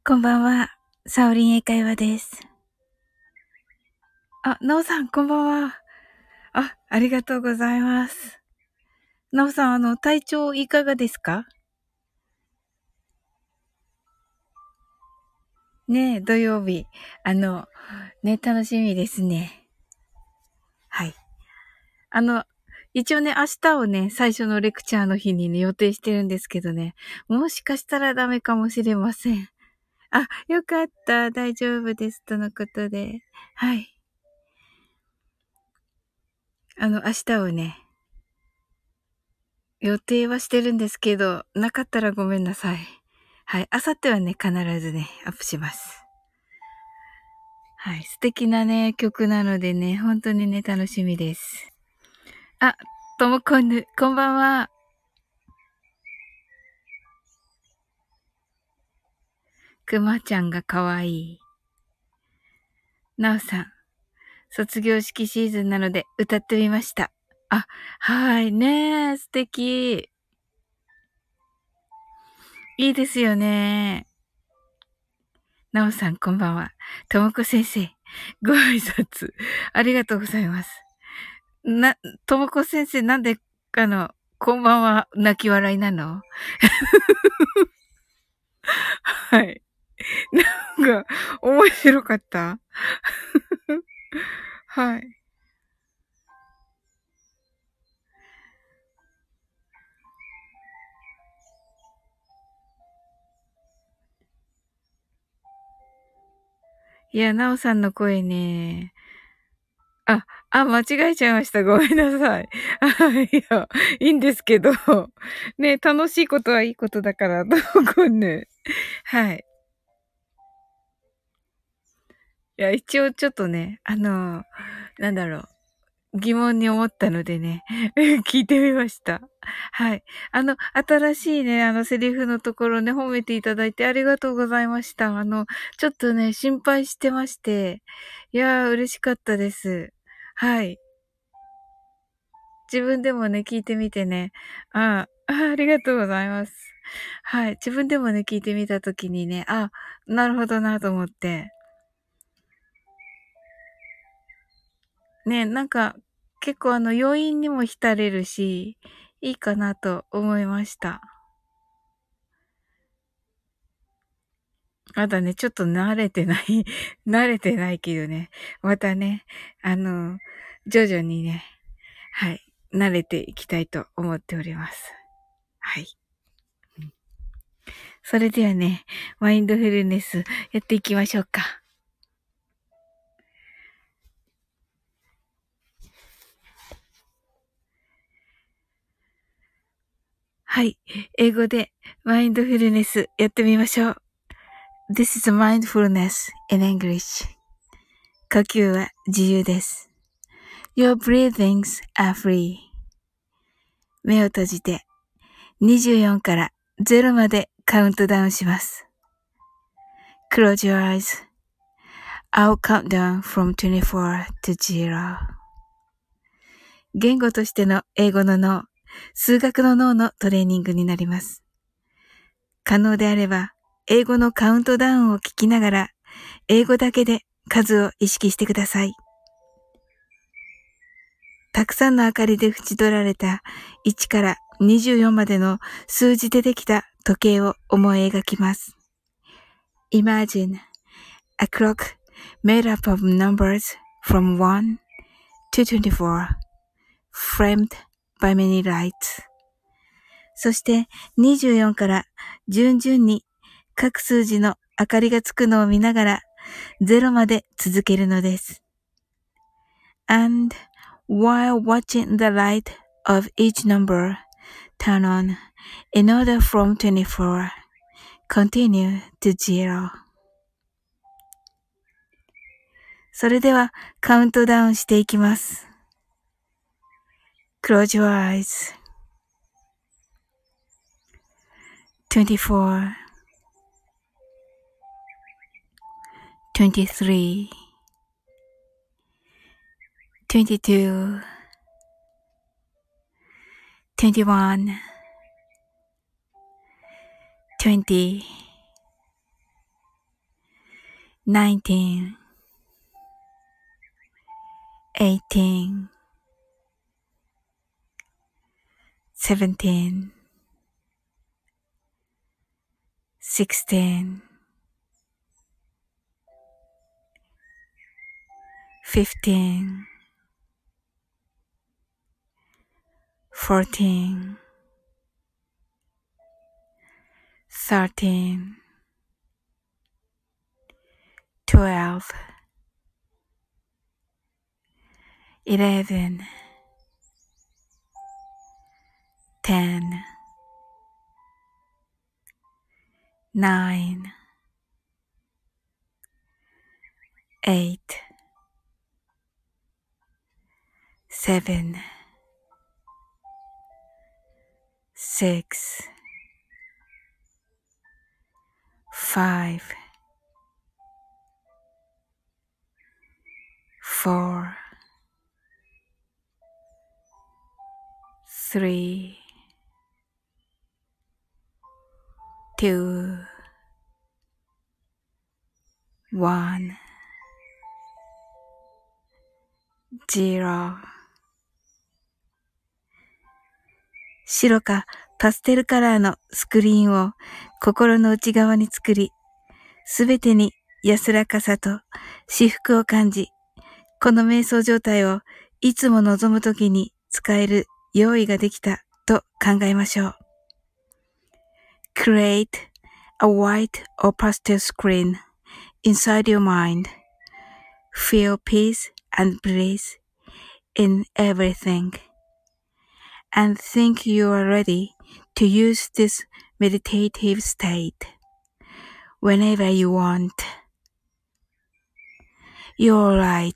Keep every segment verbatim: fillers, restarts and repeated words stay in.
こんばんは。サオリン英会話です。あ、なおさん、こんばんは。あ、ありがとうございます。なおさん、あの、体調いかがですか？ねえ、土曜日。あの、ね、楽しみですね。はい。あの、一応ね、明日をね、最初のレクチャーの日にね、予定してるんですけどね、もしかしたらダメかもしれません。あ、よかった。大丈夫です。とのことで。はい。あの、明日をね、予定はしてるんですけど、なかったらごめんなさい。はい。あさってはね、必ずね、アップします。はい。素敵なね、曲なのでね、本当にね、楽しみです。あ、ともこんぬ、こんばんは。くまちゃんがかわいい。なおさん、卒業式シーズンなので歌ってみました。あ、はい。ねえ、素敵。いいですよね。なおさん、こんばんは。ともこ先生、ご挨拶、ありがとうございます。な、ともこ先生、なんで、あの、こんばんは、泣き笑いなの？はい。なんか、面白かった。はい。いや、なおさんの声ね。あ、あ、間違えちゃいました。ごめんなさい。あ、いや、いいんですけど。ね、楽しいことはいいことだから、どこね。はい。いや、一応ちょっとね、あの、なんだろう。疑問に思ったのでね、聞いてみました。はい。あの、新しいね、あの、セリフのところね、褒めていただいてありがとうございました。あの、ちょっとね、心配してまして、いやー、嬉しかったです。はい。自分でもね、聞いてみてね、ああ、あありがとうございます。はい。自分でもね、聞いてみたときにね、あ、なるほどなと思って。ね、なんか、結構あの、余韻にも浸れるし、いいかなと思いました。まだね、ちょっと慣れてない、慣れてないけどね、またね、あの、徐々にね、はい、慣れていきたいと思っております。はい。それではね、マインドフルネスやっていきましょうか。はい。英語でマインドフルネスやってみましょう。This is mindfulness in English. 呼吸は自由です。Your breathings are free. 目を閉じてにじゅうよんからゼロまでカウントダウンします。Close your eyes. I'll count down from twenty-four to zero. 言語としての英語の脳、数学の脳のトレーニングになります。可能であれば、英語のカウントダウンを聞きながら、英語だけで数を意識してください。たくさんの明かりで縁取られたいちからにじゅうよんまでの数字でできた時計を思い描きます。Imagine a clock made up of numbers from one to twenty-four, framed by many lights. そしてにじゅうよんから順々に各数字の明かりがつくのを見ながらゼロまで続けるのです。And while watching the light of each number turn on in order from twenty-four, continue to zero. それではカウントダウンしていきます。Close your eyes. twenty-four, twenty-three, twenty-two, twenty-one, twenty, nineteen, eighteen, seventeen, sixteen, fifteen, fourteen, thirteen, twelve, eleven, ten, nine, eight, seven, six, five, four, three, two, one, zero。白かパステルカラーのスクリーンを心の内側に作り、すべてに安らかさと至福を感じ、この瞑想状態をいつも望むときに使える用意ができたと考えましょう。Create a white or pastel screen inside your mind. Feel peace and bliss in everything. And think you are ready to use this meditative state whenever you want. You're right.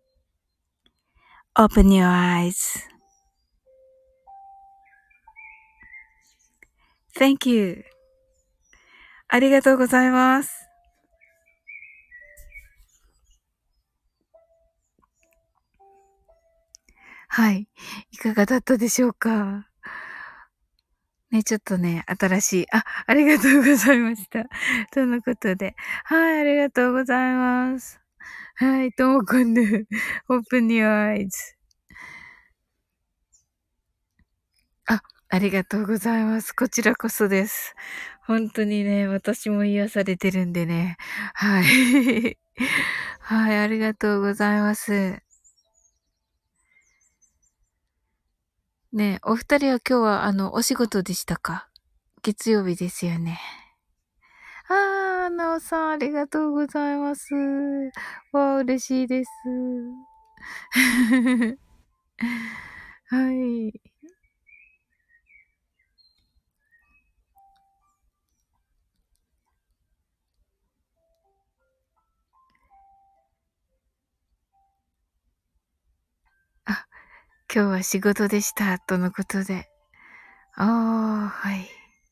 Open your eyes. Thank you. ありがとうございます。はい。いかがだったでしょうかね、ちょっとね、新しい、あ、ありがとうございました。とのことで。はい、ありがとうございます。はい、ともこんぬ、Open your eyes。あ、ありがとうございます。こちらこそです。本当にね、私も癒されてるんでね。はい。はい、ありがとうございます。ねえ、お二人は今日はあの、お仕事でしたか？月曜日ですよね。あー、なおさんありがとうございます。わー、嬉しいです。はい。あ、今日は仕事でした、とのことで。あー、はい。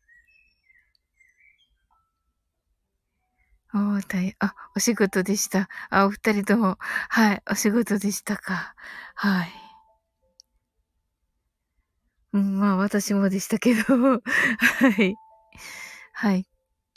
おー、大変、あ、お仕事でした。あ、お二人とも、はい、お仕事でしたか。はい。うん、まあ私もでしたけど、はい。はい。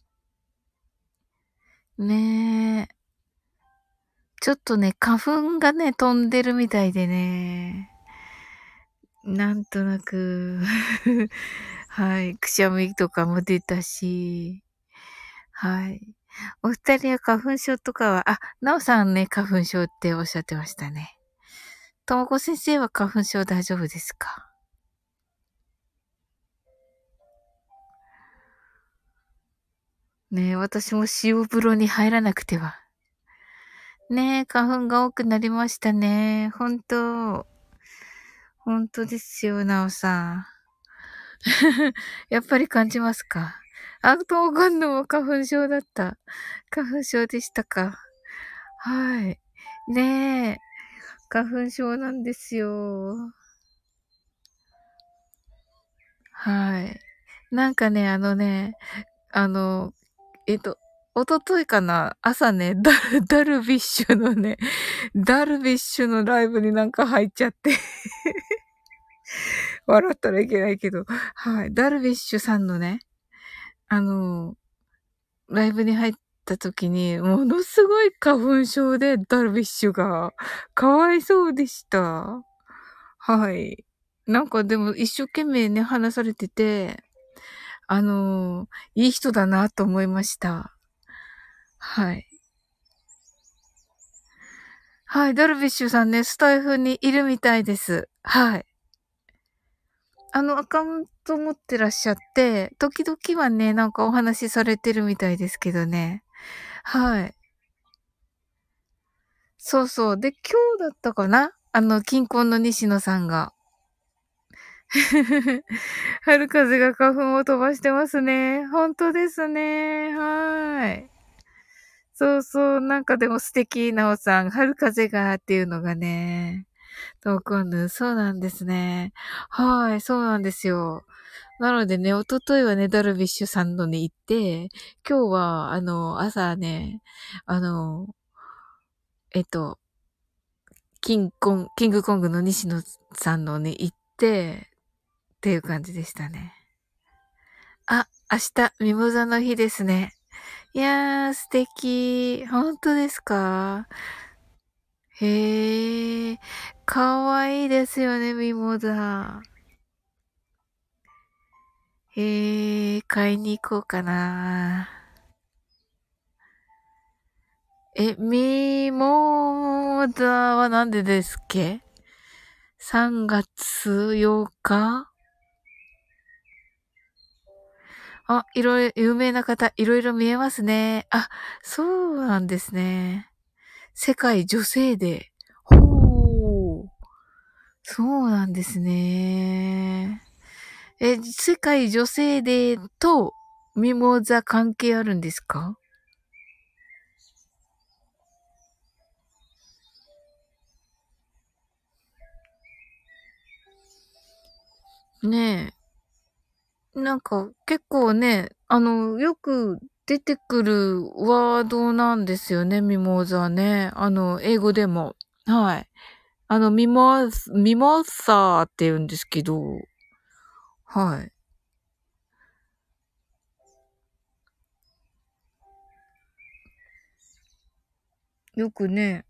ねえ。ちょっとね、花粉がね、飛んでるみたいでね。なんとなく、はい。くしゃみとかも出たし、はい。お二人は花粉症とかは、あ、なおさんね、花粉症っておっしゃってましたね。ともこ先生は花粉症大丈夫ですか？ねえ、私も塩風呂に入らなくては。ねえ、花粉が多くなりましたね。ほんと。ほんとですよ、なおさん。やっぱり感じますか？あ、と今度も花粉症だった。花粉症でしたか？はい。ねえ、花粉症なんですよ。はい。なんかね、あのね、あの、えっと、おとといかな、朝ね、ダル、ダルビッシュのね、ダルビッシュのライブになんか入っちゃって笑ったらいけないけど、はい。ダルビッシュさんのね、あの、ライブに入っった時に、ものすごい花粉症で、ダルビッシュが。かわいそうでした。はい。なんかでも一生懸命ね、話されてて、あのーいい人だなと思いました。はい。はい、ダルビッシュさんね、スタイフにいるみたいです。はい。あの、アカウント持ってらっしゃって、時々はね、なんかお話しされてるみたいですけどね。はい。そうそう。で、今日だったかな、あの、近婚の西野さんが。春風が花粉を飛ばしてますね。本当ですね。はい。そうそう。なんかでも素敵、なおさん。春風がっていうのがね。トークンヌ、そうなんですね。はい、そうなんですよ。なのでね、おとといはね、ダルビッシュさんのに行って、今日は、あの、朝ね、あの、えっと、キンコン、キングコングの西野さんのに行って、っていう感じでしたね。あ、明日、ミモザの日ですね。いやー、素敵。本当ですか？へえ、かわいいですよね、ミモザ。へえ、買いに行こうかな。え、ミモザはなんでですっけ？ さん 月ようか？あ、いろいろ、有名な方、いろいろ見えますね。あ、そうなんですね。世界女性デー。ほー。そうなんですね。え、世界女性デーとミモザ関係あるんですか？ねえ。なんか結構ね、あの、よく出てくるワードなんですよね、ミモザね。あの、英語でも。はい。あの、ミモス、ミモサーって言うんですけど、はい。よくね、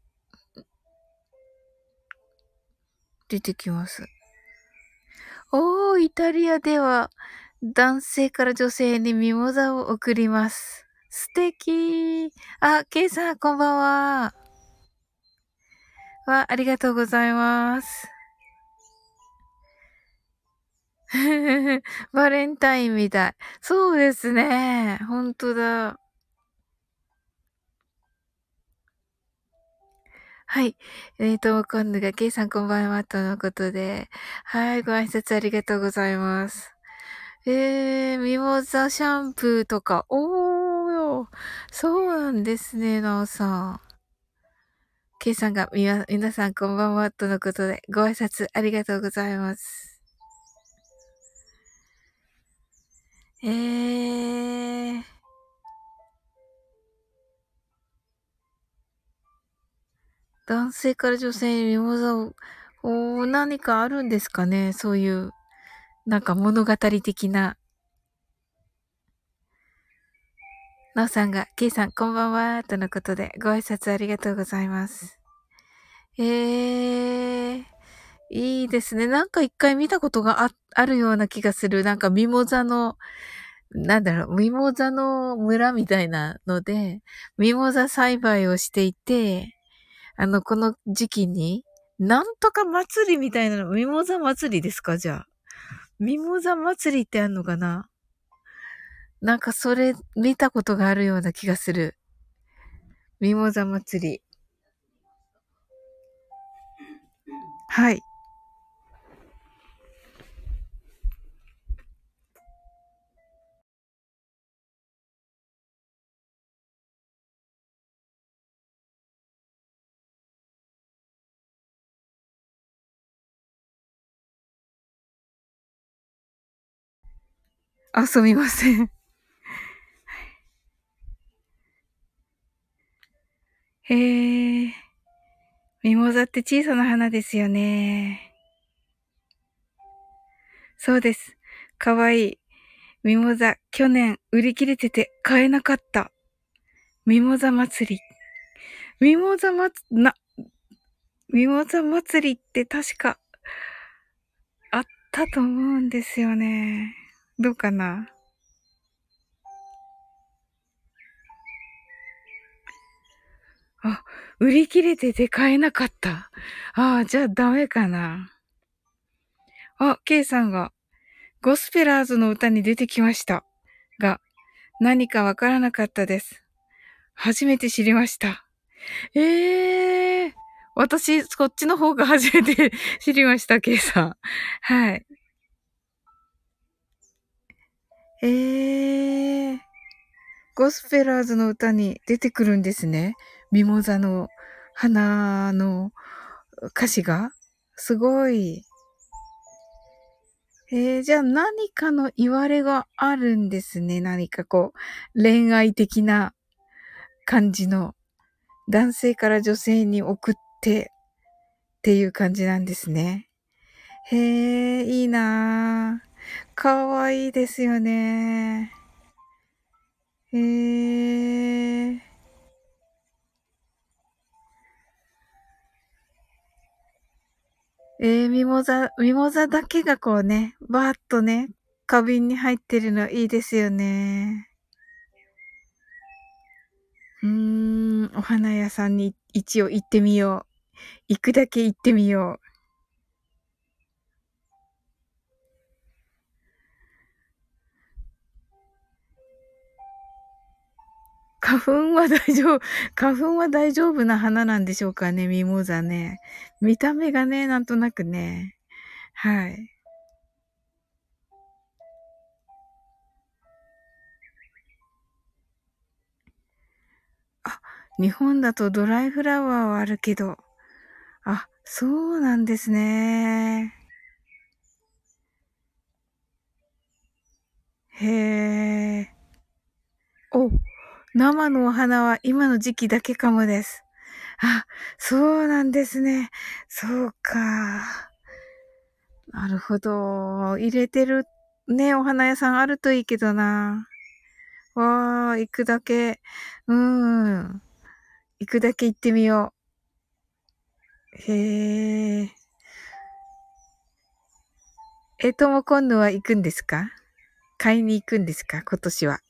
出てきます。おー、イタリアでは、男性から女性にミモザを送ります。素敵。あ、ケイさん、こんばんは。わ、ありがとうございます。バレンタインみたい。そうですね。ほんとだ。はい。えっと、今度が、ケイさんこんばんは、とのことで。はい、ご挨拶ありがとうございます。えー、ミモザシャンプーとか。おー、そうなんですね、なおさん。ケイさんが、みわ、皆さんこんばんは、とのことで、ご挨拶ありがとうございます。えー、男性から女性にミモザを、おー、何かあるんですかね、そういう、なんか物語的な。なおさんが、ケイさんこんばんは、とのことで、ご挨拶ありがとうございます。えー、いいですね。なんか一回見たことがあ、あるような気がする。なんかミモザの、なんだろう、ミモザの村みたいなので、ミモザ栽培をしていて、あの、この時期に、なんとか祭りみたいなの、ミモザ祭りですか？じゃあ。ミモザ祭りってあんのかな？なんかそれ見たことがあるような気がする。ミモザ祭り。はい。あ、すみません。へえ。ミモザって小さな花ですよね。そうです。かわいい。ミモザ、去年売り切れてて買えなかった。 ミモザ祭り。ミモザまつ、な、ミモザ祭りって確かあったと思うんですよね。どうかな？あ、売り切れてて買えなかった。ああ、じゃあダメかな。あ、ケイさんがゴスペラーズの歌に出てきました。が、何かわからなかったです。初めて知りました。ええー。私、こっちの方が初めて知りました、ケイさん。はい。ええー。ゴスペラーズの歌に出てくるんですね。ミモザの花の歌詞がすごい。えー、じゃあ何かの言われがあるんですね。何かこう、恋愛的な感じの男性から女性に送ってっていう感じなんですね。へえ、いいなぁ。かわいいですよね。へえ。えー、ミモザ、ミモザだけがこうね、バーッとね、花瓶に入ってるのいいですよね。うーん、お花屋さんに一応行ってみよう。行くだけ行ってみよう。花粉は大丈夫、花粉は大丈夫な花なんでしょうかね、ミモザね。見た目がね、なんとなくね。はい。あ、日本だとドライフラワーはあるけど。あ、そうなんですね。へえ。お、生のお花は今の時期だけかもです。あ、そうなんですね。そうか。なるほど。入れてるね、お花屋さんあるといいけどな。わー、行くだけ、うーん。行くだけ行ってみよう。へえ。え、とも今度は行くんですか？買いに行くんですか？今年は。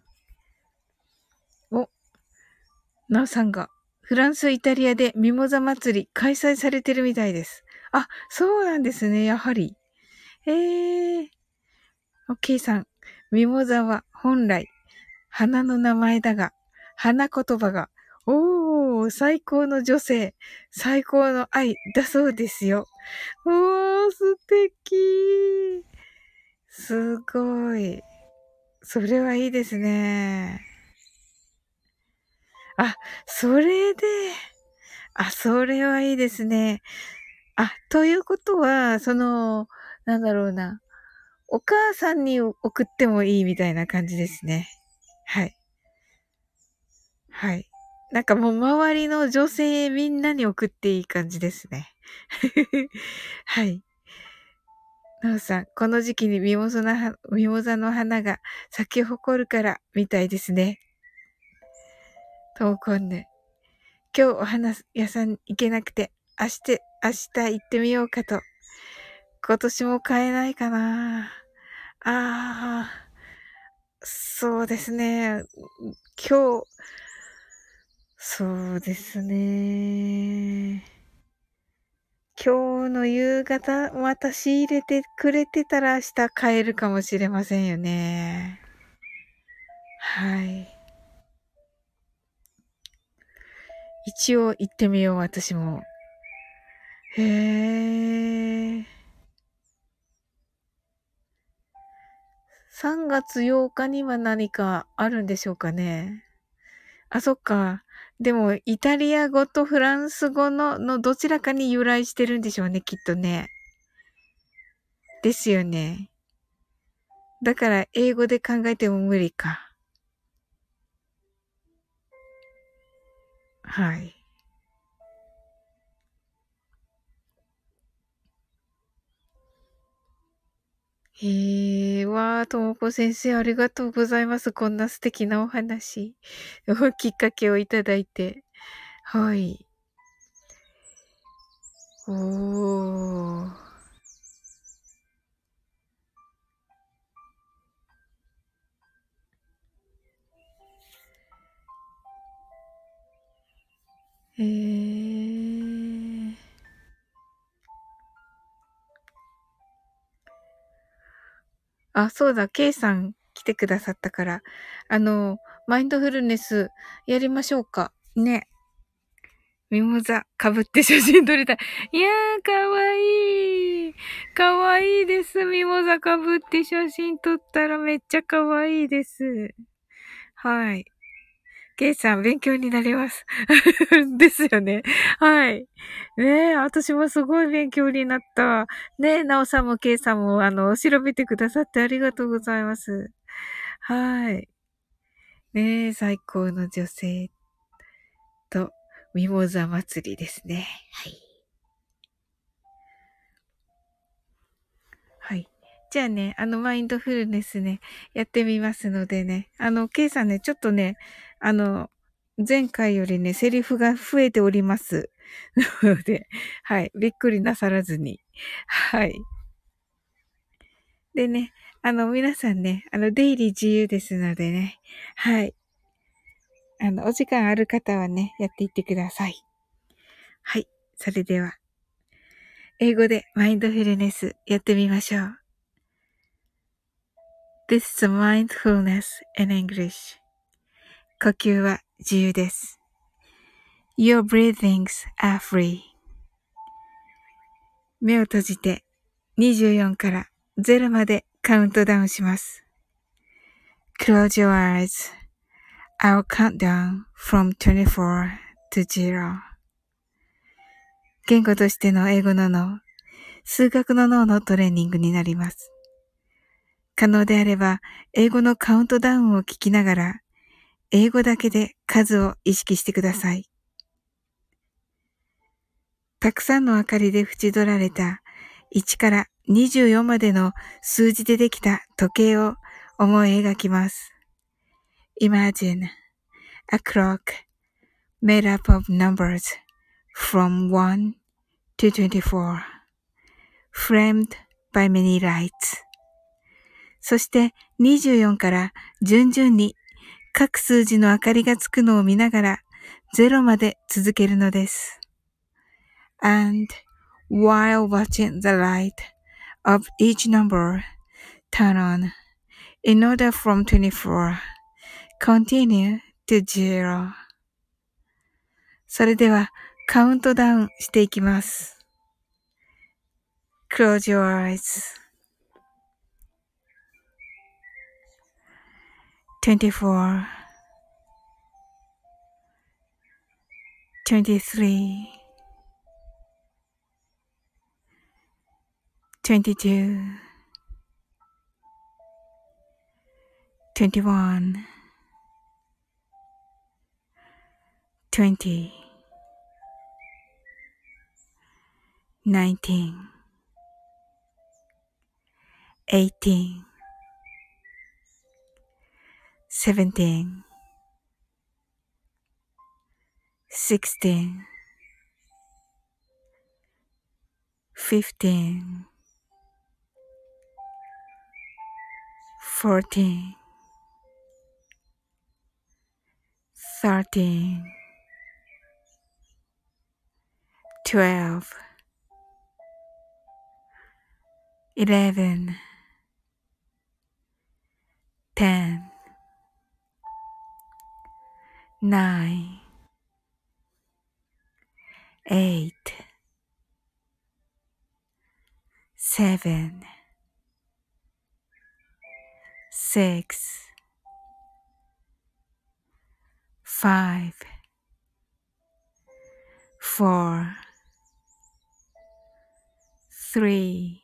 お、なおさんが、フランス、イタリアでミモザ祭り開催されてるみたいです。あ、そうなんですね、やはり。へえ。オッケーさん、ミモザは本来、花の名前だが、花言葉が、おー、最高の女性、最高の愛だそうですよ。おー、素敵。すごい。それはいいですね。あ、それで、あ、それはいいですね。あ、ということは、その、なんだろうな。お母さんに送ってもいいみたいな感じですね。はい。はい。なんかもう周りの女性みんなに送っていい感じですね。はい。なおさん、この時期にミモザの花ミモザの花が咲き誇るからみたいですね。ともこんぬ。今日お花屋さん行けなくて、明日、明日行ってみようかと。今年も買えないかな。ああ、そうですね。今日、そうですね。今日の夕方、また仕入れてくれてたら明日買えるかもしれませんよね。はい。一応行ってみよう、私も。へえ。さんがつようかには何かあるんでしょうかね。あ、そっか。でも、イタリア語とフランス語の、のどちらかに由来してるんでしょうね、きっとね。ですよね。だから、英語で考えても無理か。はい。へえ、わあ、ともこ先生、ありがとうございます。こんな素敵なお話。きっかけをいただいて。はい。おー。えー。あ、そうだ、ケイさん来てくださったから、あの、マインドフルネスやりましょうか。ね。ミモザ被って写真撮りたい。いやー、かわいい。かわいいです。ミモザ被って写真撮ったらめっちゃかわいいです。はい。ケイさん、勉強になります。ですよね。はい。ねえ、私もすごい勉強になった。ねえ、なおさんもケイさんも、あの、調べてくださってありがとうございます。はい。ねえ、最高の女性と、ミモザ祭りですね。はい。はい。じゃあね、あの、マインドフルネスね、やってみますのでね。あの、ケイさんね、ちょっとね、あの、前回よりね、セリフが増えております。ので、はい。びっくりなさらずに。はい。でね、あの、皆さんね、あの、出入り自由ですのでね。はい。あの、お時間ある方はね、やっていってください。はい。それでは、英語でマインドフルネスやってみましょう。This is mindfulness in English. 呼吸は自由です。Your breathings are free. 目を閉じてにじゅうよんからゼロまでカウントダウンします。Close your eyes. I'll count down from twenty-four to zero. 言語としての英語の脳、数学の脳のトレーニングになります。可能であれば、英語のカウントダウンを聞きながら、英語だけで数を意識してください。たくさんの明かりで縁取られたいちからにじゅうよんまでの数字でできた時計を思い描きます。Imagine a clock made up of numbers from one to twenty-four, framed by many lights. そしてにじゅうよんから順々に各数字の明かりがつくのを見ながらゼロまで続けるのです。And while watching the light of each number turn on, in order from twenty-four, continue to zero. それではカウントダウンしていきます。Close your eyes. twenty-four, twenty-three, twenty-two, twenty-one, twenty, nineteen, eighteen, seventeen, sixteen, fifteen, fourteen, thirteen, twelve, eleven, ten, nine, eight, seven, six, five, four, three,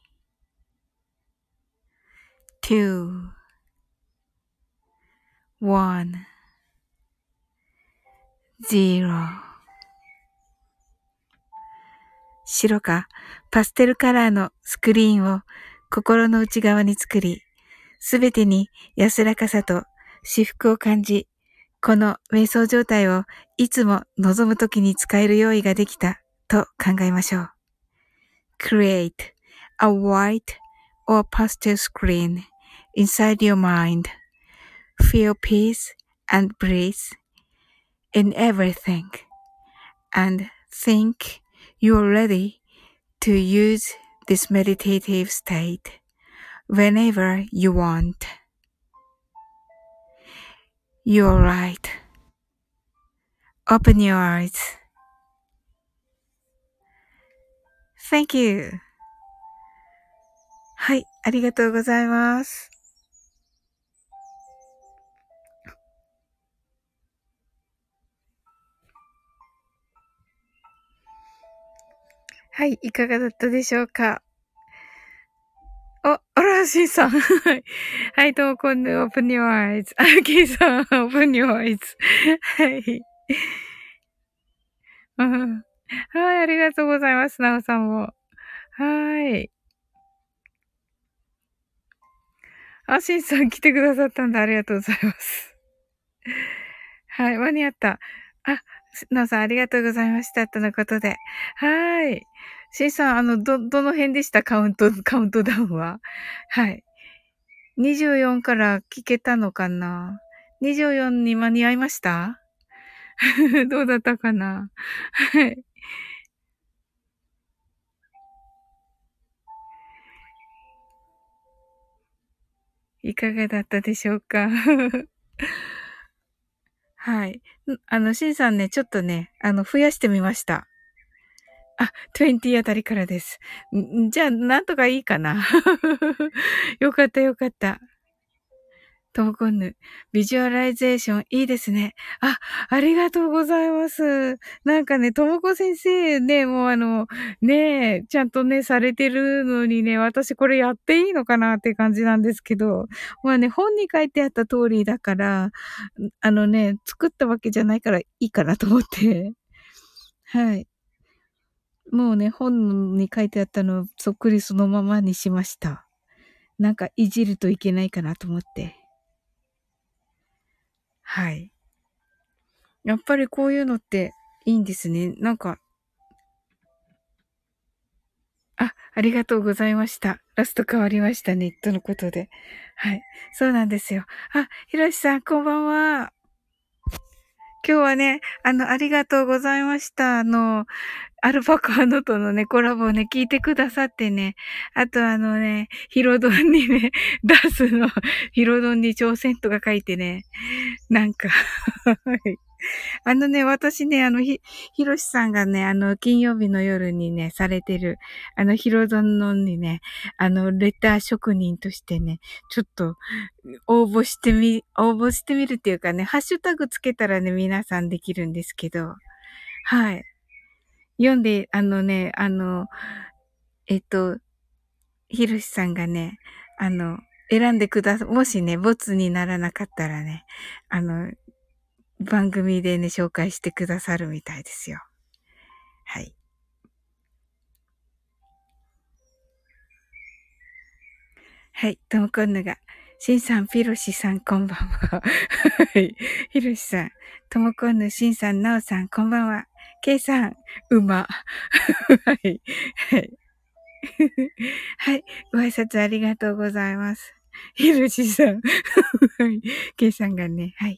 two, one, zero. 白かパステルカラーのスクリーンを心の内側に作り、 すべてに安らかさと至福を感じ、この瞑想状態をいつも望むときに使える用意ができたと考えましょう。Create a white or pastel screen inside your mind.Feel peace and breathe in everything and think you're ready to use this meditative state whenever you want. You're right. Open your eyes. Thank you. はい、ありがとうございます。はい、いかがだったでしょうか。お、あら、しんさん。はい。はい、どうも、こんぬ、open your eyes. あ、きーさん、open your eyes. はい。うん。はい、ありがとうございます。なおさんも。はい。あ、しんさん来てくださったんだ。ありがとうございます。はい、間に合った。あ、なおさんありがとうございました。とのことで。はい。しんさん、あの、ど、どの辺でしたカウント、カウントダウンは。はい。にじゅうよんから聞けたのかな ?にじゅうよん に間に合いましたどうだったかなはい。いかがだったでしょうかはい。あの、シンさんね、ちょっとね、あの、増やしてみました。あ、にじゅうあたりからです。んじゃあ、なんとかいいかな。よかったよかった。トモコンヌ、ビジュアライゼーションいいですね。あ、ありがとうございます。なんかね、ともこ先生ね、もうあの、ね、ちゃんとね、されてるのにね、私これやっていいのかなって感じなんですけど、まあね、本に書いてあった通りだから、あのね、作ったわけじゃないからいいかなと思って。はい。もうね、本に書いてあったのをそっくりそのままにしました。なんかいじるといけないかなと思って。はい。やっぱりこういうのっていいんですね。なんか、あ、ありがとうございました。ラスト変わりましたね。とのことで。はい。そうなんですよ。あ、ひろしさん、こんばんは。今日はね、あの、ありがとうございました。あの、アルパカーノとのね、コラボをね、聞いてくださってね。あとあのね、ヒロドンにね、ダースのヒロドンに挑戦とか書いてね、なんかはい。あのね、私ね、あの、ひ、ひろしさんがね、あの、金曜日の夜にね、されてる、あの、ヒロドンのにね、あの、レター職人としてね、ちょっと、応募してみ、応募してみるっていうかね、ハッシュタグつけたらね、皆さんできるんですけど、はい。読んで、あのね、あの、えっと、ひろしさんがね、あの、選んでくださ、もしね、ボツにならなかったらね、あの、番組でね、紹介してくださるみたいですよ。はい。はい。ともこんぬが、しんさん、ぴろしさん、こんばんは。はい。ひろしさん、ともこんぬ、しんさん、なおさん、こんばんは。けいさん、うま。はい。はい。はい。ご挨拶ありがとうございます。ひろしさん。はい。けいさんがね、はい。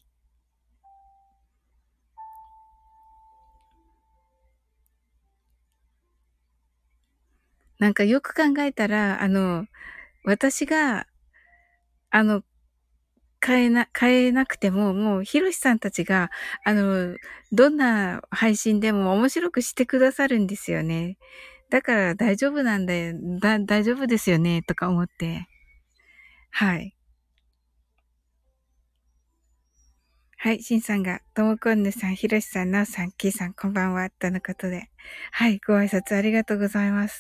なんかよく考えたら、あの、私が、あの、変えな、変えなくても、もう、ひろしさんたちが、あの、どんな配信でも面白くしてくださるんですよね。だから大丈夫なんだよ、だ、大丈夫ですよね、とか思って。はい。はい、しんさんが、ともこんぬさん、ひろしさん、なおさん、きいさん、こんばんは、とのことで。はい、ご挨拶ありがとうございます。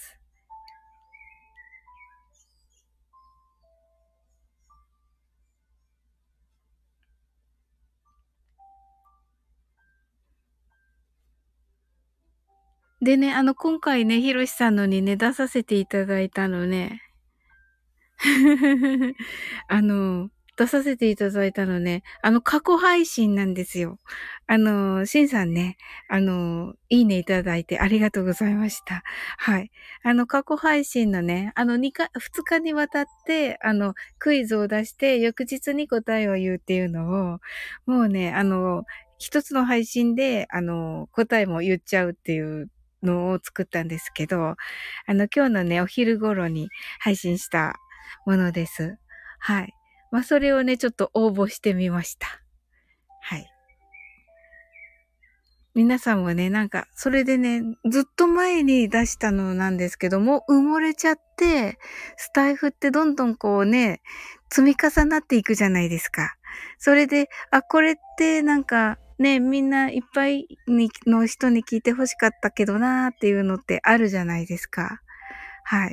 でね、あの、今回ね、ひろしさんのにね、出させていただいたのね、 あの、出させていただいたのね、あの、過去配信なんですよ。あの、しんさんね、あの、いいねいただいてありがとうございました。はい。あの、過去配信のね、あの、にか、ふつかにわたって、あの、クイズを出して、翌日に答えを言うっていうのを、もうね、あの、一つの配信で、あの、答えも言っちゃうっていうのを作ったんですけど、あの、今日のね、お昼頃に配信したものです。はい。まあ、それをね、ちょっと応募してみました。はい。皆さんもね、なんか、それでね、ずっと前に出したのなんですけども、埋もれちゃって、スタイフってどんどんこうね、積み重なっていくじゃないですか。それで、あ、これってなんか、ね、みんないっぱいにの人に聞いて欲しかったけどなーっていうのってあるじゃないですか。はい。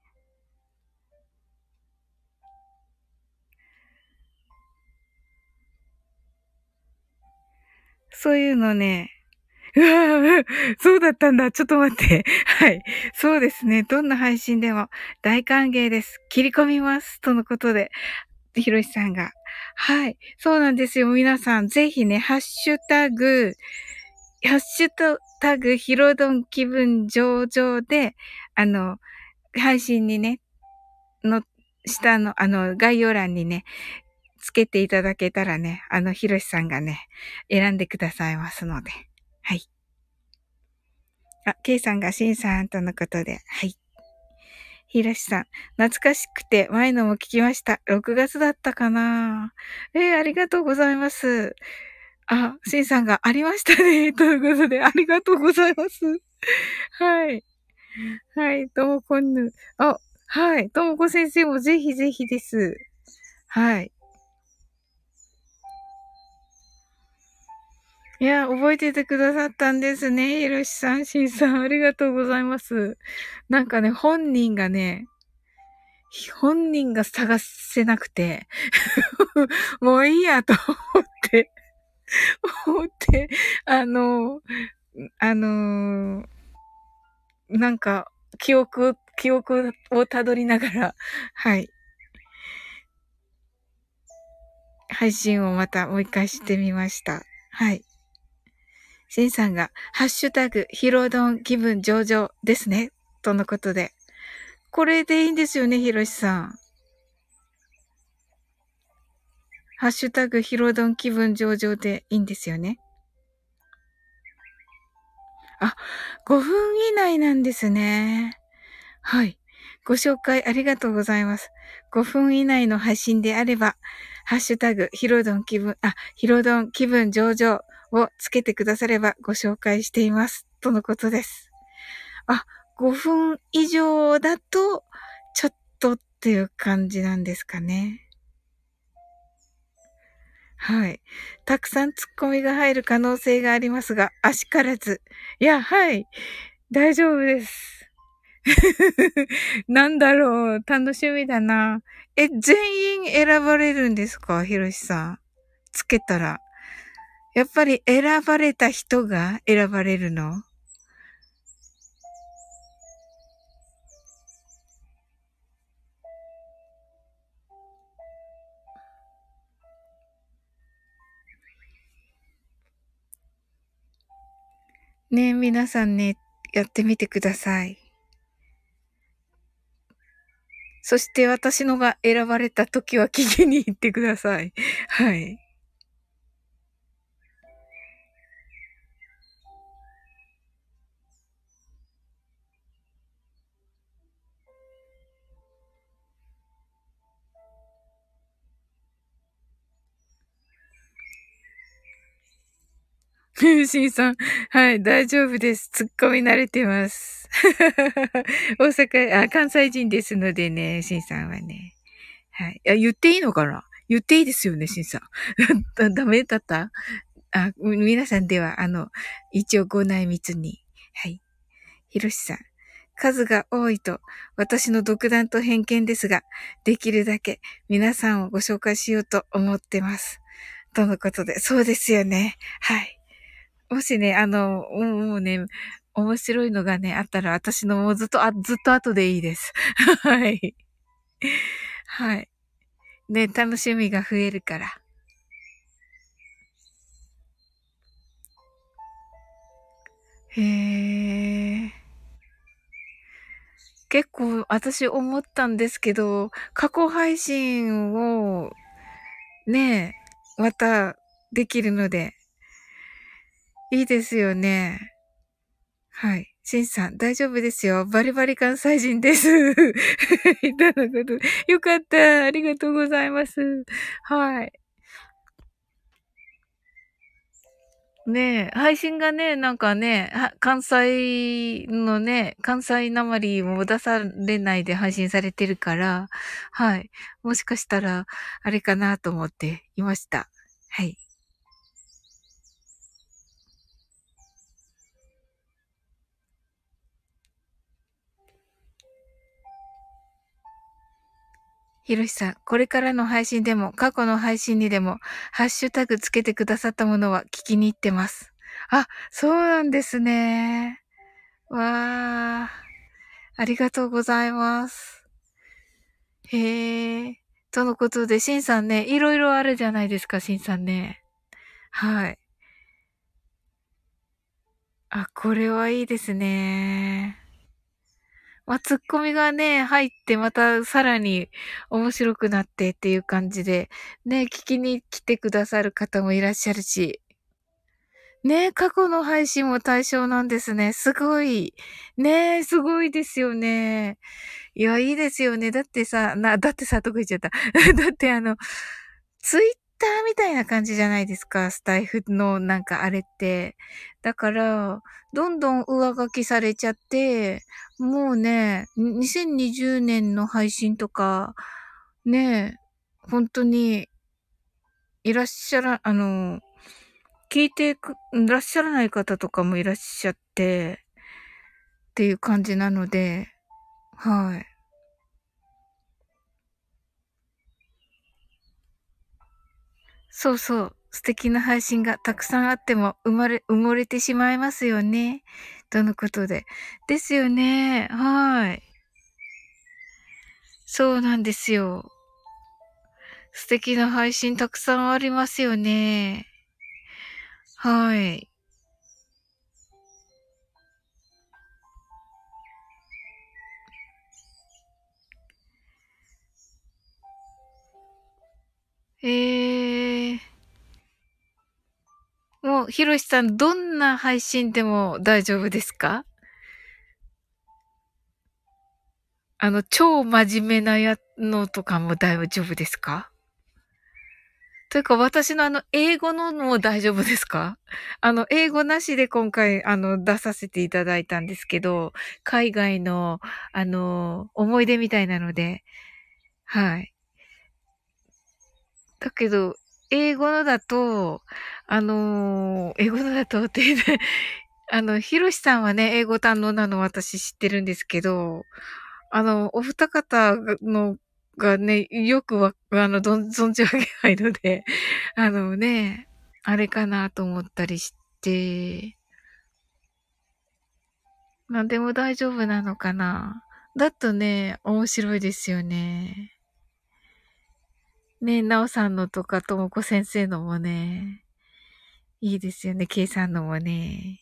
そういうのね、うわぁ、そうだったんだ。ちょっと待って。はい。そうですね。どんな配信でも大歓迎です。切り込みます。とのことで、ひろしさんが。はい。そうなんですよ。皆さん、ぜひね、ハッシュタグ、ハッシュタグ、ヒロドン気分上々で、あの、配信にね、の、下の、あの、概要欄にね、つけていただけたらね、あの、ひろしさんがね、選んでくださいますので。はい。あ、ケイさんがシンさんとのことで。はい。ひろしさん、懐かしくて前のも聞きました。ろくがつだったかな。えー、ありがとうございます。あ、シンさんがありましたね。ということで、ありがとうございます。はい。はい。ともこんぬ。あ、はい。ともこ先生もぜひぜひです。はい。いや、覚えててくださったんですね。ひろしさん、しんさん、ありがとうございます。なんかね、本人がね、本人が探せなくて、もういいやと思って、思って、あの、あの、なんか、記憶、記憶をたどりながら、はい、配信をまたもう一回してみました。はい。シンさんが、ハッシュタグ、ヒロドン気分上々ですね。とのことで。これでいいんですよね、ヒロシさん。ハッシュタグ、ヒロドン気分上々でいいんですよね。あ、ごふん以内なんですね。はい。ご紹介ありがとうございます。ごふん以内の配信であれば、ハッシュタグ、ヒロドン気分、あ、ヒロドン気分上々をつけてくださればご紹介しています。とのことです。あ、ごふん以上だと、ちょっとっていう感じなんですかね。はい。たくさんツッコミが入る可能性がありますが、あしからず。いや、はい。大丈夫です。なんだろう。楽しみだな。え、全員選ばれるんですか？ひろしさん。つけたら。やっぱり選ばれた人が選ばれるの？ねえ、皆さんね、やってみてください。そして私のが選ばれた時は聞きに行ってください。はい。シンさん。はい、大丈夫です。ツッコミ慣れてます。大阪、あ、関西人ですのでね、シンさんはね。はい。あ、言っていいのかな？言っていいですよね、シンさん。だダメだった？あ、皆さんでは、あの、一応ご内密に。はい。ひろしさん。数が多いと、私の独断と偏見ですが、できるだけ皆さんをご紹介しようと思ってます。とのことで、そうですよね。はい。もしね、あの、もうもうね、面白いのがね、あったら、私のもうずっと、あ、ずっと後でいいです。はい。 はい。ね、楽しみが増えるから。へー。結構私思ったんですけど、過去配信をね、またできるので、いいですよね。はい。シンさん、大丈夫ですよ。バリバリ関西人です。いただこと。よかった。ありがとうございます。はい。ねえ、配信がね、なんかね、は関西のね、関西なまりも出されないで配信されてるから、はい。もしかしたら、あれかなと思っていました。はい。ひろしさん、これからの配信でも、過去の配信にでも、ハッシュタグつけてくださったものは聞きに行ってます。あ、そうなんですね。わー。ありがとうございます。へー。とのことで、しんさんね、いろいろあるじゃないですか、しんさんね。はい。あ、これはいいですね。まあ、ツッコミがね、入って、またさらに面白くなってっていう感じで、ね、聞きに来てくださる方もいらっしゃるし、ね、過去の配信も対象なんですね。すごい。ね、すごいですよね。いや、いいですよね。だってさ、な、だってさ、とか言っちゃった。だってあの、ツイッターみたいな感じじゃないですか、スタイフのなんかあれって。だから、どんどん上書きされちゃって、もうね、にせんにじゅうねんの配信とか、ね、本当にいらっしゃら、あの、聞いてくらっしゃらない方とかもいらっしゃって、っていう感じなので、はい。そうそう。素敵な配信がたくさんあっても生まれ、埋もれてしまいますよね。とのことで。ですよね。はい。そうなんですよ。素敵な配信たくさんありますよね。はい。えー。もう、ひろしさん、どんな配信でも大丈夫ですか？あの、超真面目なやのとかも大丈夫ですか？というか、私のあの、英語のも大丈夫ですか？あの、英語なしで今回、あの、出させていただいたんですけど、海外の、あの、思い出みたいなので、はい。だけど、英語のだと、あの、英語のだとって言って、あの、ヒロシさんはね、英語堪能なの私知ってるんですけど、あの、お二方のがね、よくわ、あの、どん存じ上げないので、あのね、あれかなと思ったりして、なんでも大丈夫なのかな。だとね、面白いですよね。ね、なおさんのとか、ともこ先生のもね、いいですよね、けいさんのもね。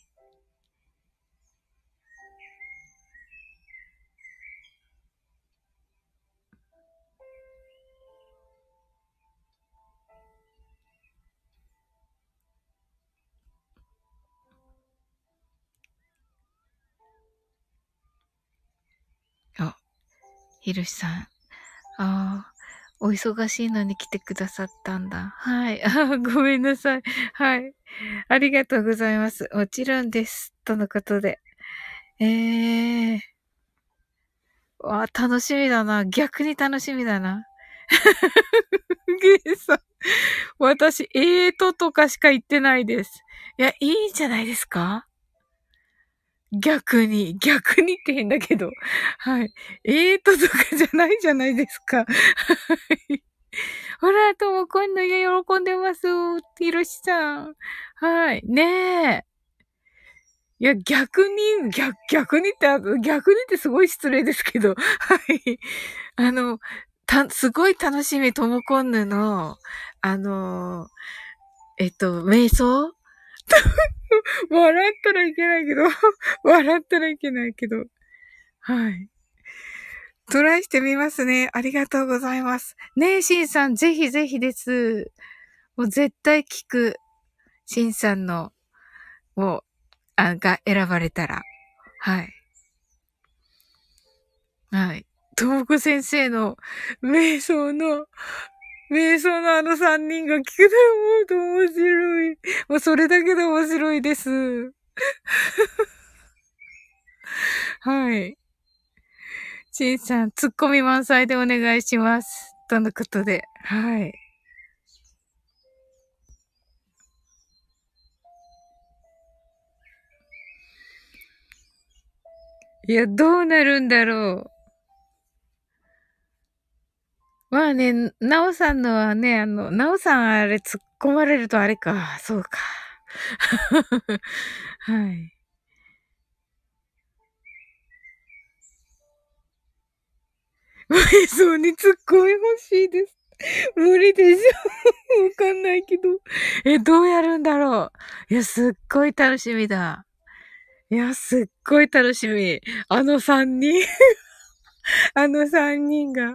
あ、ひろしさん。ああ、お忙しいのに来てくださったんだ。はい。あ、ごめんなさい。はい。ありがとうございます。もちろんです。とのことで。ええー。わあ、楽しみだな。逆に楽しみだな。ゲイさん。私、えーととかしか言ってないです。いや、いいんじゃないですか？逆に、逆にって変だけど。はい。えーととかじゃないじゃないですか。はい。ほら、とも今度喜んでます。ひろしさん。はい。ねえ。いや、逆に、逆、逆にって、逆にってすごい失礼ですけど。はい。あの、 た、すごい楽しみ、ともこんぬの、あのー、えっと、瞑想笑ったらいけないけど、笑ったらいけないけど、はい。トライしてみますね。ありがとうございます。ねえ、しんさん、ぜひぜひです。もう絶対聞く。しんさんの、を、あ、が選ばれたら。はい。はい。ともこ先生の瞑想の、瞑想のあの三人が聞くのも面白い。もうそれだけで面白いです。はい。しんさん、ツッコミ満載でお願いします。とのことで。はい。いや、どうなるんだろう。まあね、なおさんのはね、あの、なおさんあれ突っ込まれるとあれか。そうか。はい。瞑想に突っ込み欲しいです。無理でしょ。わかんないけど。え、どうやるんだろう。いや、すっごい楽しみだ。いや、すっごい楽しみ。あの三人。あの三人が。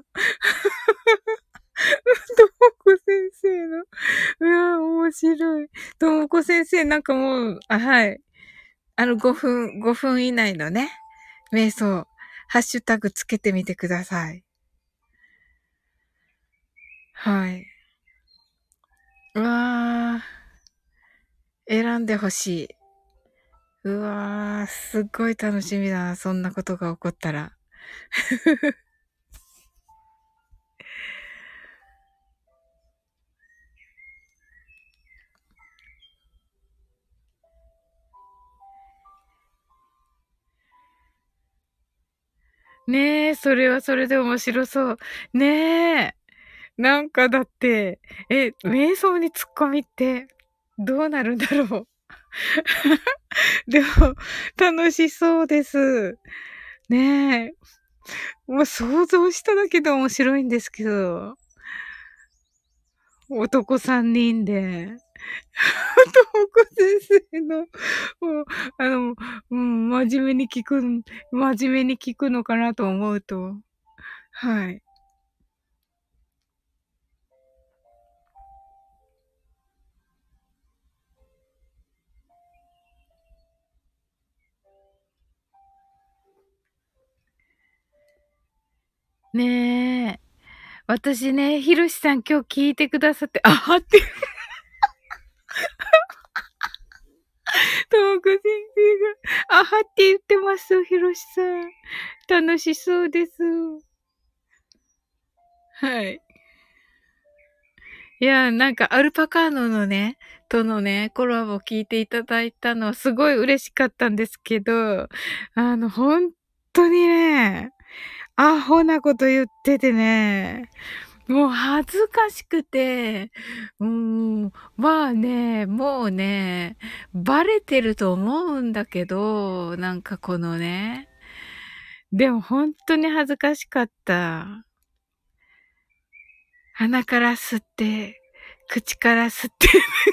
ともこ先生の。うわ、面白い。ともこ先生なんかもう、あ、はい。あのごふん、ごふん以内のね、瞑想、ハッシュタグつけてみてください。はい。うわー、選んでほしい。うわー、すっごい楽しみだな。そんなことが起こったら。ねえ、それはそれで面白そう。ねえ。なんかだって、え、瞑想に突っ込みってどうなるんだろう。でも、楽しそうです。ねえ。もう想像しただけで面白いんですけど。男三人で。男先生の、もう、あの、うん、真面目に聞く、真面目に聞くのかなと思うと。はい。ねえ。私ね、ひろしさん今日聞いてくださって、あはって、ともこ先生が、あはって言ってます、ひろしさん。楽しそうです。はい。いや、なんかアルパカーノのね、とのね、コラボ聞いていただいたのはすごい嬉しかったんですけど、あの、本当にね、アホなこと言っててね、もう恥ずかしくて、うーん、まあね、もうね、バレてると思うんだけど、なんかこのね、でも本当に恥ずかしかった。鼻から吸って、口から吸って、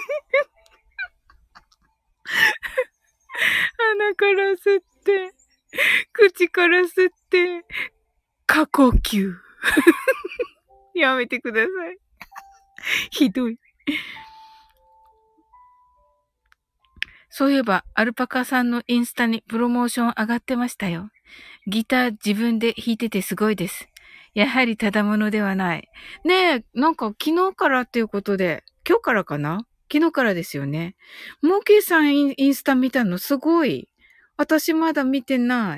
鼻から吸って、口から吸って、過呼吸。やめてください。ひどい。そういえば、アルパカさんのインスタにプロモーション上がってましたよ。ギター自分で弾いててすごいです。やはりただものではない。ねえ、なんか昨日からっていうことで、今日からかな昨日からですよね。モーキーさんインインスタ見たのすごい。私まだ見てない。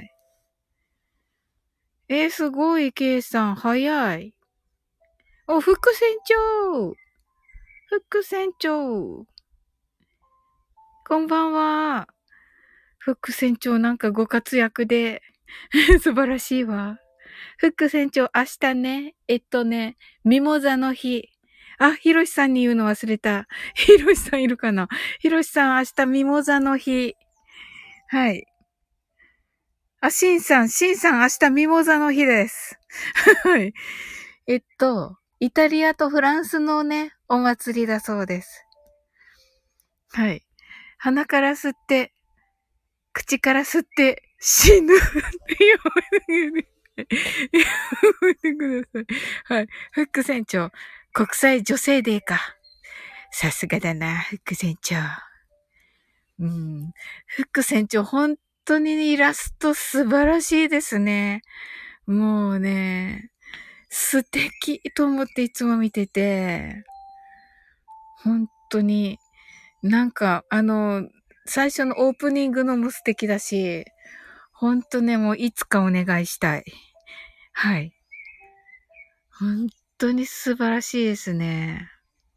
えー、すごい、ケイさん。早い。お、副船長副船長こんばんは。副船長なんかご活躍で素晴らしいわ。副船長明日ね、えっとね、ミモザの日。あ、ヒロシさんに言うの忘れた。ヒロシさんいるかなヒロシさん明日ミモザの日。はい。あ、シンさん、シンさん明日ミモザの日です。はい。 えっと、イタリアとフランスのね、お祭りだそうです。はい。鼻から吸って、口から吸って、死ぬって言われて、やめてください。はい。フック船長、国際女性デーか。さすがだな、フック船長。うん。フック船長、本当にイラスト素晴らしいですね。もうね、素敵と思っていつも見てて、本当に、なんか、あの、最初のオープニングのも素敵だし、本当ね、もういつかお願いしたい。はい。本当に素晴らしいですね。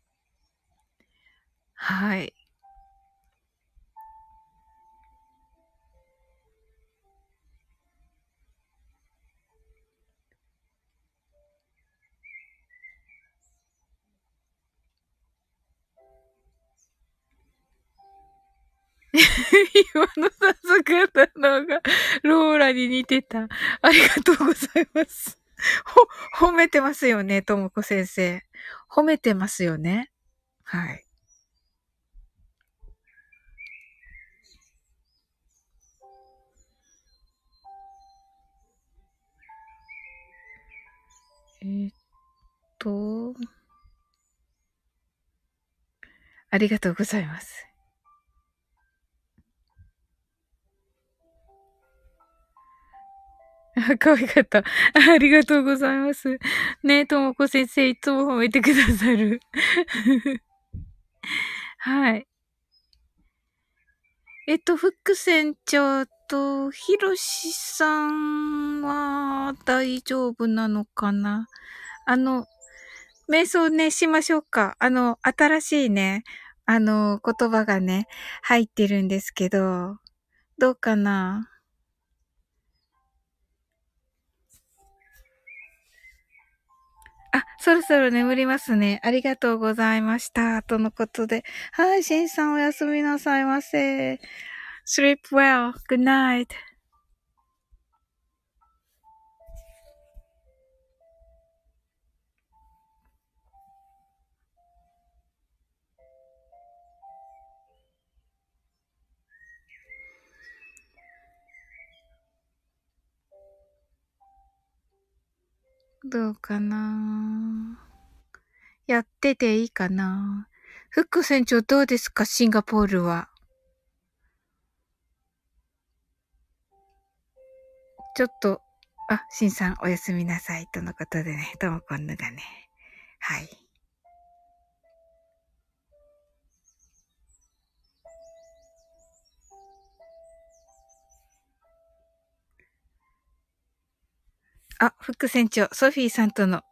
はい。今のさ姿のが、ローラに似てた。ありがとうございます。ほ、褒めてますよね、ともこ先生。褒めてますよね。はい。えーっと、ありがとうございます。あ、可愛かった。ありがとうございます。ねえ、ともこ先生、いつも褒めてくださる。はい。えっと、フック船長と、ヒロシさんは大丈夫なのかな。あの、瞑想ね、しましょうか。あの、新しいね、あの、言葉がね、入ってるんですけど、どうかな。あ、そろそろ眠りますね。ありがとうございました。とのことで。はい、しんさんおやすみなさいませ。sleep well. Good night. どうかな。やってていいかな。フック船長どうですか、シンガポールは。ちょっと、あ、シンさんおやすみなさい。とのことでね、ともこんぬがね。はい。あ、フック船長、ソフィーさんとの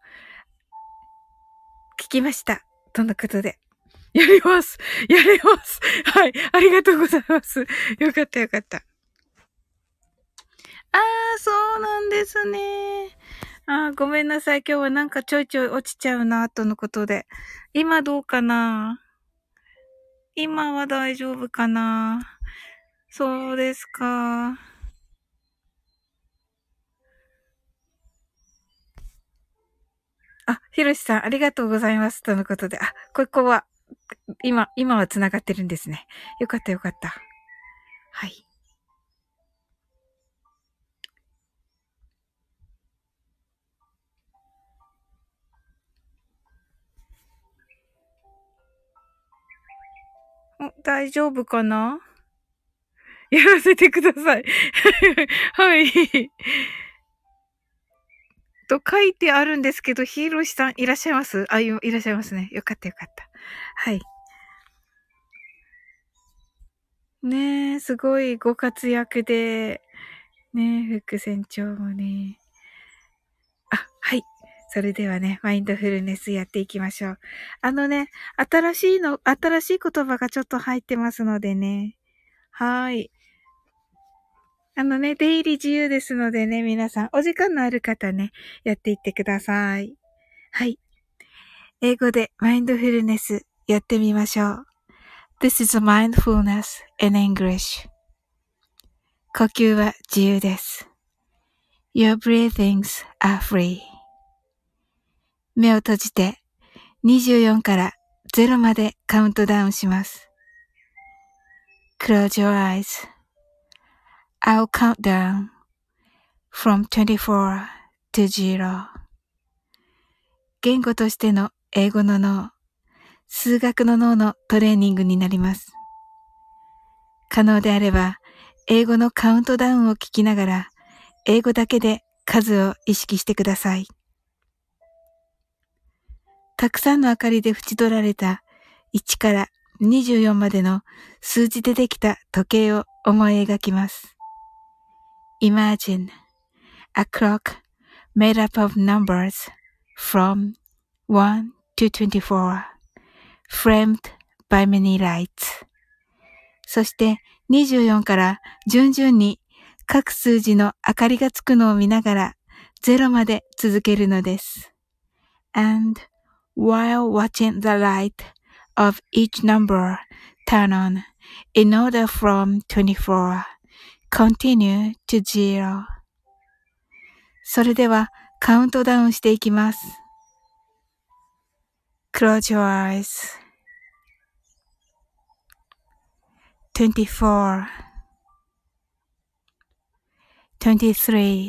聞きました。とのことで。やります。やります。はい。ありがとうございます。よかったよかった。あー、そうなんですね。あー、ごめんなさい。今日はなんかちょいちょい落ちちゃうな、とのことで。今どうかな。今は大丈夫かな。そうですか。あ、ひろしさん、ありがとうございます。とのことで。あ、ここは、今、今は繋がってるんですね。よかったよかった。はい。お大丈夫かな。やらせてください。はい。と書いてあるんですけど、ひろしさんいらっしゃいます？あ、いいらっしゃいますね。よかったよかった。はい。ねえ、すごいご活躍で、ねえ、副船長もね。あ、はい。それではね、マインドフルネスやっていきましょう。あのね、新しいの、新しい言葉がちょっと入ってますのでね。はい。あのね、出入り自由ですのでね、皆さん、お時間のある方ね、やっていってください。はい。英語でマインドフルネスやってみましょう。This is mindfulness in English. 呼吸は自由です。Your breathings are free. 目を閉じてにじゅうよんからゼロまでカウントダウンします。Close your eyes.I'll count down from twenty-four to zero. 言語としての英語の脳、数学の脳のトレーニングになります。可能であれば、英語のカウントダウンを聞きながら、英語だけで数を意識してください。たくさんの明かりで縁取られたいちからにじゅうよんまでの数字でできた時計を思い描きます。Imagine a clock made up of numbers from one to twenty-four, framed by many lights. そしてにじゅうよんから順々に各数字の明かりがつくのを見ながらゼロまで続けるのです。And while watching the light of each number turn on in order from twenty-four, continue to zero. それではカウントダウンしていきます。Close your eyes. twenty-four, twenty-three,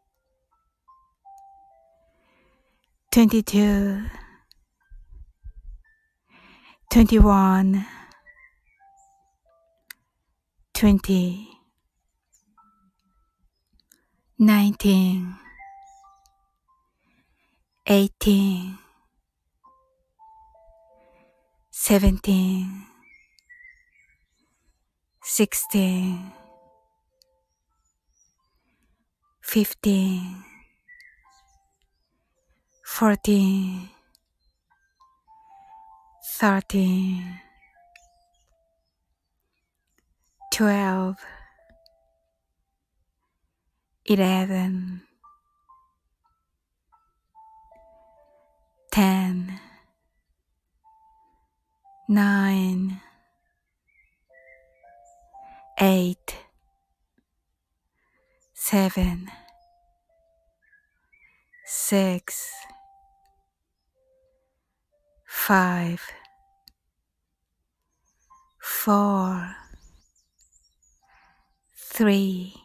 twenty-two, twenty-one, twenty, nineteen, eighteen, seventeen, sixteen, fifteen, fourteen, thirteen, twelve, eleven, ten, nine, eight, seven, six, five, four, three,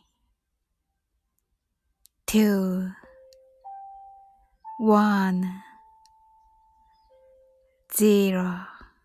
two, one, zero.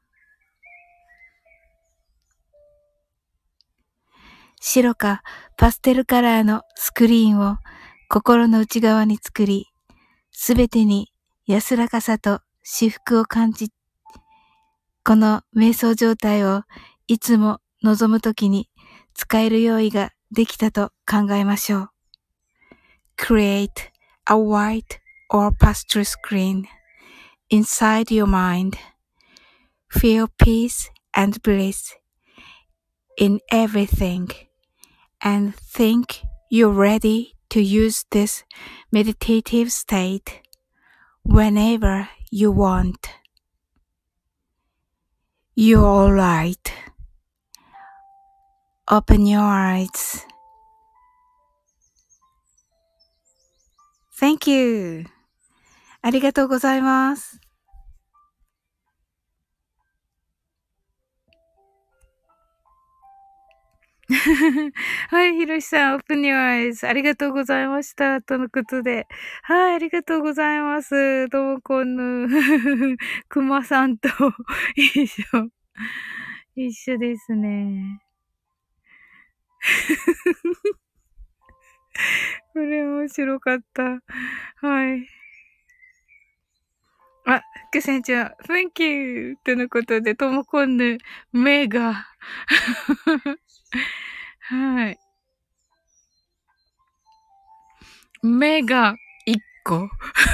白かパステルカラーのスクリーンを心の内側に作り、すべてに安らかさと至福を感じ、この瞑想状態をいつも望むときに使える用意ができたと考えましょう。Create a white or pastel screen inside your mind. Feel peace and bliss in everything and think you're ready to use this meditative state whenever you want. You're all right. Open your eyes. Thank you. ありがとうございます。はい、ひろしさん、Open Your Eyes。ありがとうございました。とのことで。はい、ありがとうございます。どうもこの、くまさんと一緒。一緒ですね。これ面白かった。はい。あ、福船長、Thank you! とのことで、ともこんぬ、目が。はい。目が一個。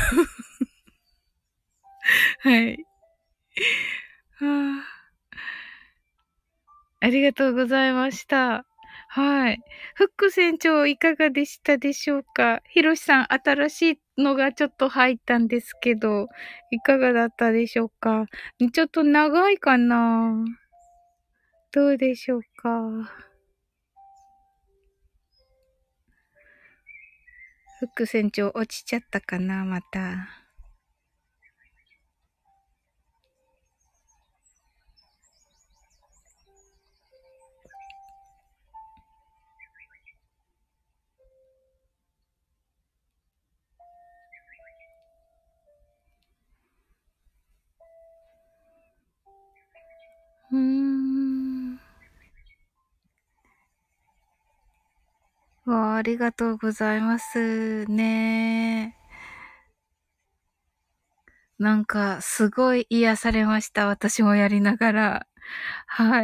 はい。はあ、ありがとうございました。はい。フック船長いかがでしたでしょうか？ひろしさん、新しいのがちょっと入ったんですけど、いかがだったでしょうか？ちょっと長いかな？どうでしょうか？フック船長落ちちゃったかなまた。 うーん。わあ、ありがとうございますね。なんか、すごい癒されました。私もやりながら。はい。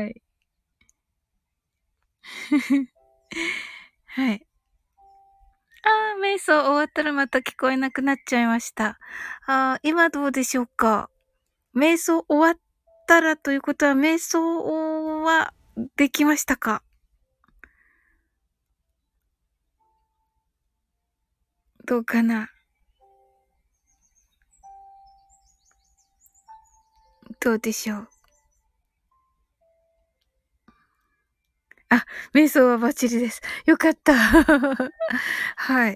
はい。ああ、瞑想終わったらまた聞こえなくなっちゃいました。ああ、今どうでしょうか？瞑想終わったらということは、瞑想はできましたか？どうかな？どうでしょう？あ、瞑想はバッチリです。よかった。はい。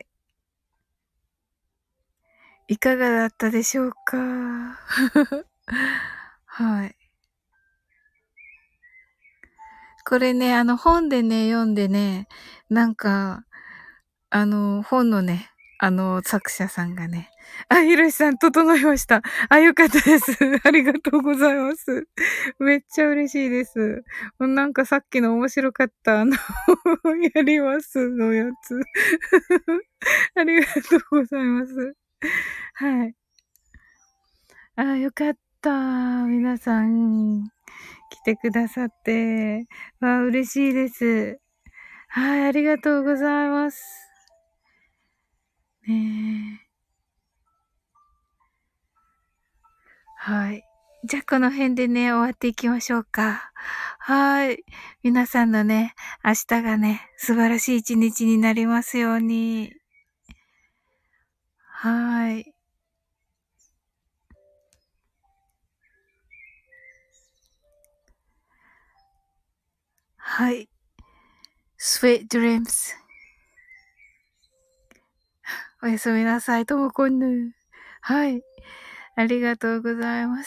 いかがだったでしょうか？はい。これね、あの本でね、読んでね、なんか、あの、本のね、あの、作者さんがね、あ、ひろしさん、整いました。あ、よかったです。ありがとうございます。めっちゃ嬉しいです。なんかさっきの面白かった、あの、やりますのやつ。ありがとうございます。はい。あ、よかった。皆さん、来てくださって。わ、嬉しいです。はい、ありがとうございます。ねえ。はい。じゃあ、この辺でね、終わっていきましょうか。はい。皆さんのね、明日がね、素晴らしい一日になりますように。はい。はい。Sweet dreams. おやすみなさい、ともこんぬ。はい。ありがとうございます。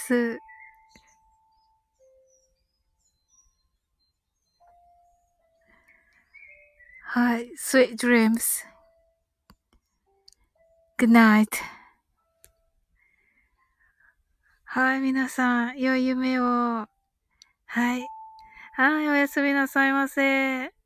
はい。Sweet dreams. Good night. はい、皆さん、良い夢を。はい。はい、おやすみなさいませ。